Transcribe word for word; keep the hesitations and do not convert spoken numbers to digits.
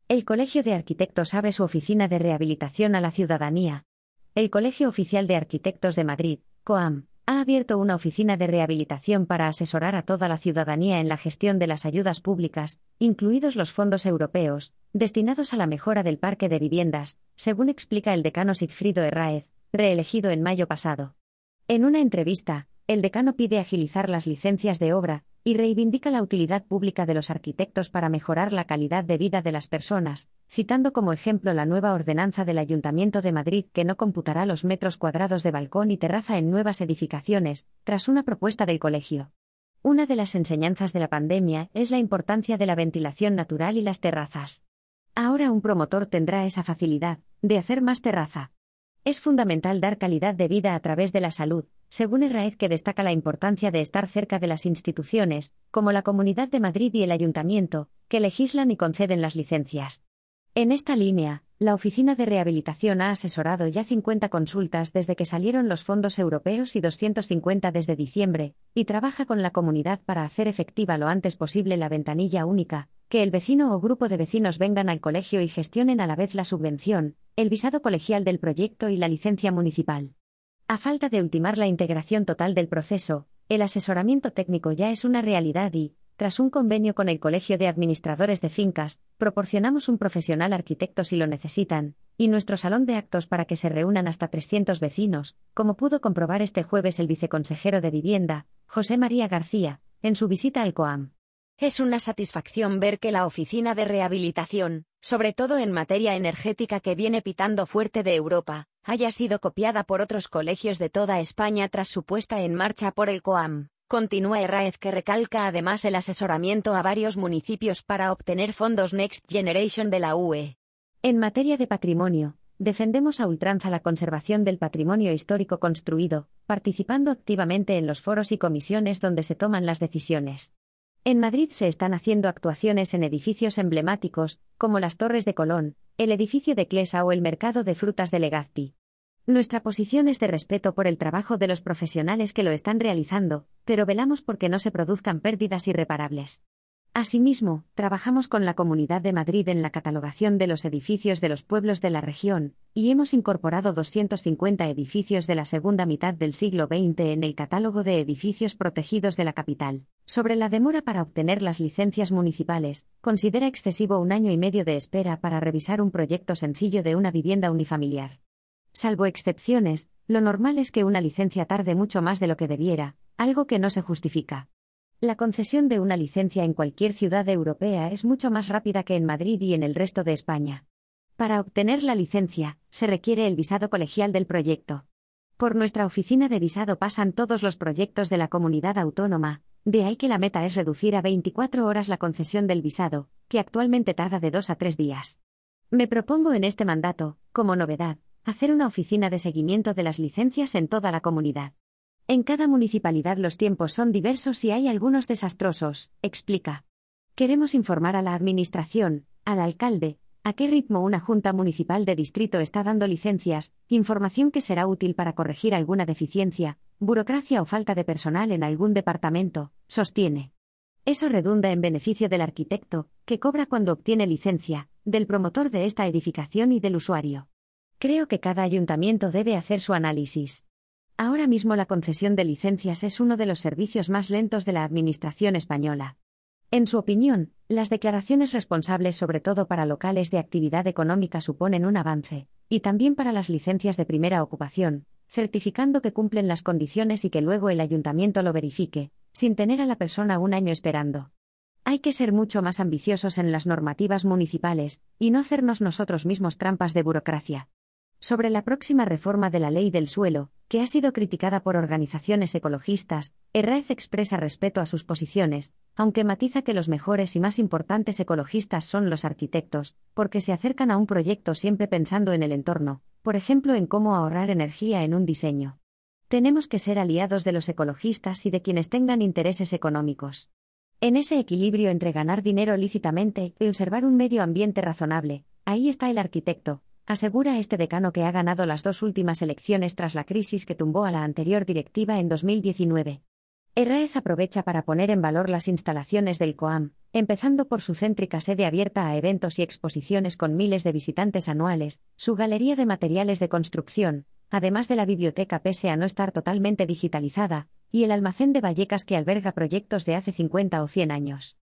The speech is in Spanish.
El Colegio de Arquitectos abre su oficina de rehabilitación a la ciudadanía. El Colegio Oficial de Arquitectos de Madrid, COAM, ha abierto una oficina de rehabilitación para asesorar a toda la ciudadanía en la gestión de las ayudas públicas, incluidos los fondos europeos, destinados a la mejora del parque de viviendas, según explica el decano Sigfrido Herráez, reelegido en mayo pasado. En una entrevista, el decano pide agilizar las licencias de obra y reivindica la utilidad pública de los arquitectos para mejorar la calidad de vida de las personas, citando como ejemplo la nueva ordenanza del Ayuntamiento de Madrid que no computará los metros cuadrados de balcón y terraza en nuevas edificaciones, tras una propuesta del colegio. Una de las enseñanzas de la pandemia es la importancia de la ventilación natural y las terrazas. Ahora un promotor tendrá esa facilidad de hacer más terraza. Es fundamental dar calidad de vida a través de la salud, según Herráez, que destaca la importancia de estar cerca de las instituciones, como la Comunidad de Madrid y el Ayuntamiento, que legislan y conceden las licencias. En esta línea, la Oficina de Rehabilitación ha asesorado ya cincuenta consultas desde que salieron los fondos europeos y doscientos cincuenta desde diciembre, y trabaja con la comunidad para hacer efectiva lo antes posible la ventanilla única, que el vecino o grupo de vecinos vengan al colegio y gestionen a la vez la subvención, el visado colegial del proyecto y la licencia municipal. A falta de ultimar la integración total del proceso, el asesoramiento técnico ya es una realidad y, tras un convenio con el Colegio de Administradores de Fincas, proporcionamos un profesional arquitecto si lo necesitan, y nuestro salón de actos para que se reúnan hasta trescientos vecinos, como pudo comprobar este jueves el viceconsejero de Vivienda, José María García, en su visita al COAM. Es una satisfacción ver que la oficina de rehabilitación, sobre todo en materia energética que viene pitando fuerte de Europa, haya sido copiada por otros colegios de toda España tras su puesta en marcha por el COAM. Continúa Herráez, que recalca además el asesoramiento a varios municipios para obtener fondos Next Generation de la U E. En materia de patrimonio, defendemos a ultranza la conservación del patrimonio histórico construido, participando activamente en los foros y comisiones donde se toman las decisiones. En Madrid se están haciendo actuaciones en edificios emblemáticos, como las Torres de Colón, el edificio de Clesa o el Mercado de Frutas de Legazpi. Nuestra posición es de respeto por el trabajo de los profesionales que lo están realizando, pero velamos por que no se produzcan pérdidas irreparables. Asimismo, trabajamos con la Comunidad de Madrid en la catalogación de los edificios de los pueblos de la región, y hemos incorporado doscientos cincuenta edificios de la segunda mitad del siglo veinte en el catálogo de edificios protegidos de la capital. Sobre la demora para obtener las licencias municipales, considera excesivo un año y medio de espera para revisar un proyecto sencillo de una vivienda unifamiliar. Salvo excepciones, lo normal es que una licencia tarde mucho más de lo que debiera, algo que no se justifica. La concesión de una licencia en cualquier ciudad europea es mucho más rápida que en Madrid y en el resto de España. Para obtener la licencia, se requiere el visado colegial del proyecto. Por nuestra oficina de visado pasan todos los proyectos de la comunidad autónoma, de ahí que la meta es reducir a veinticuatro horas la concesión del visado, que actualmente tarda de dos a tres días. Me propongo en este mandato, como novedad, hacer una oficina de seguimiento de las licencias en toda la comunidad. En cada municipalidad los tiempos son diversos y hay algunos desastrosos, explica. Queremos informar a la administración, al alcalde, a qué ritmo una junta municipal de distrito está dando licencias, información que será útil para corregir alguna deficiencia, burocracia o falta de personal en algún departamento, sostiene. Eso redunda en beneficio del arquitecto, que cobra cuando obtiene licencia, del promotor de esta edificación y del usuario. Creo que cada ayuntamiento debe hacer su análisis. Ahora mismo la concesión de licencias es uno de los servicios más lentos de la administración española. En su opinión, las declaraciones responsables sobre todo para locales de actividad económica suponen un avance, y también para las licencias de primera ocupación, certificando que cumplen las condiciones y que luego el ayuntamiento lo verifique, sin tener a la persona un año esperando. Hay que ser mucho más ambiciosos en las normativas municipales, y no hacernos nosotros mismos trampas de burocracia. Sobre la próxima reforma de la ley del suelo, que ha sido criticada por organizaciones ecologistas, Herráez expresa respeto a sus posiciones, aunque matiza que los mejores y más importantes ecologistas son los arquitectos, porque se acercan a un proyecto siempre pensando en el entorno, por ejemplo en cómo ahorrar energía en un diseño. Tenemos que ser aliados de los ecologistas y de quienes tengan intereses económicos. En ese equilibrio entre ganar dinero lícitamente y conservar un medio ambiente razonable, ahí está el arquitecto, asegura este decano, que ha ganado las dos últimas elecciones tras la crisis que tumbó a la anterior directiva en dos mil diecinueve. Herráez aprovecha para poner en valor las instalaciones del COAM, Empezando por su céntrica sede abierta a eventos y exposiciones con miles de visitantes anuales, su galería de materiales de construcción, además de la biblioteca pese a no estar totalmente digitalizada, y el almacén de Vallecas que alberga proyectos de hace cincuenta o cien años.